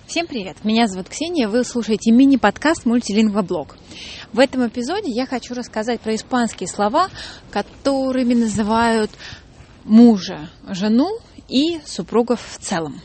Всем привет! Меня зовут Ксения, вы слушаете мини-подкаст «Мультилингва-блог». В этом эпизоде я хочу рассказать про испанские слова, которыми называют мужа, жену и супругов в целом.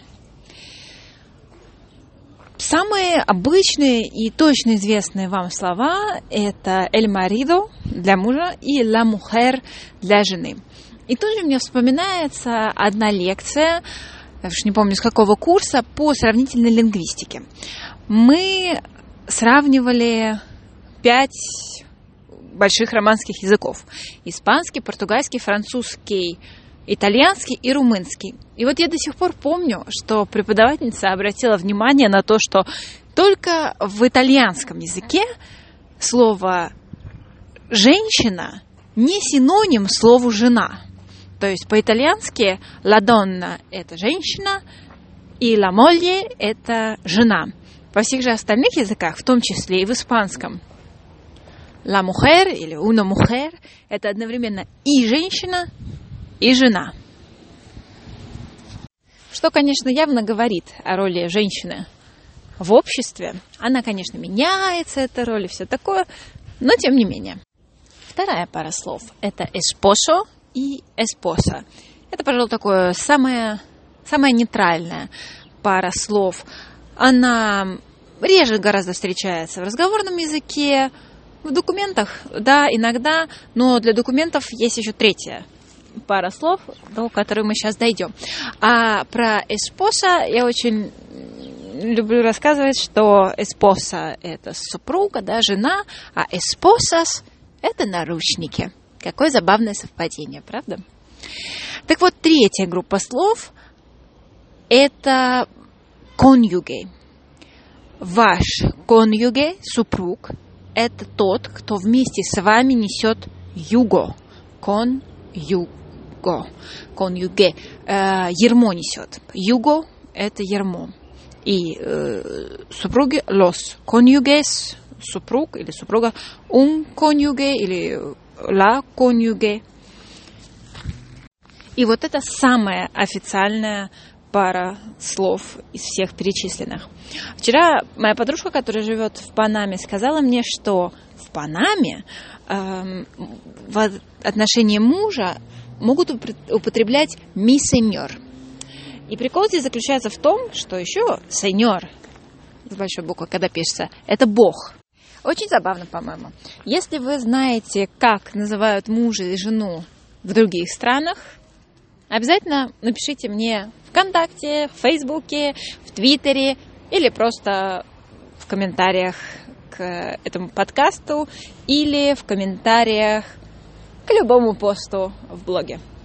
Самые обычные и точно известные вам слова – это «el marido» для мужа и «la mujer» для жены. И тут же мне вспоминается одна лекция, я уж не помню с какого курса, по сравнительной лингвистике. Мы сравнивали 5 больших романских языков. Испанский, португальский, французский, итальянский и румынский. И вот я до сих пор помню, что преподавательница обратила внимание на то, что только в итальянском языке слово «женщина» не синоним слову «жена». То есть по-итальянски «la donna» – это женщина, и «la moglie» – это жена. Во всех же остальных языках, в том числе и в испанском, «la mujer» или «una mujer» – это одновременно и женщина, и жена. Что, конечно, явно говорит о роли женщины в обществе. Она, конечно, меняется, эта роль и все такое, но тем не менее. Вторая пара слов – это «esposo» и «esposa». Это, пожалуй, такое самая нейтральная пара слов. Она реже гораздо встречается в разговорном языке, в документах, да, иногда, но для документов есть еще третья пара слов, до которой мы сейчас дойдем. А про «esposa» я очень люблю рассказывать, что «esposa» – это супруга, да, жена, а «esposas» – это наручники. Какое забавное совпадение, правда? Так вот, третья группа слов – это «конюге». Ваш конюге, супруг, это тот, кто вместе с вами несет юго. Конюге. Ярмо несет. Юго – это ярмо. И супруги – los cónyuges, супруг или супруга, un cónyuge или la cónyuge. И вот это самая официальная пара слов из всех перечисленных. Вчера моя подружка, которая живет в Панаме, сказала мне, что в Панаме в отношении мужа могут употреблять «mi señor». И прикол здесь заключается в том, что еще «señor» с большой буквы, когда пишется, это Бог. Очень забавно, по-моему. Если вы знаете, как называют мужа и жену в других странах, обязательно напишите мне ВКонтакте, в Фейсбуке, в Твиттере или просто в комментариях к этому подкасту или в комментариях к любому посту в блоге.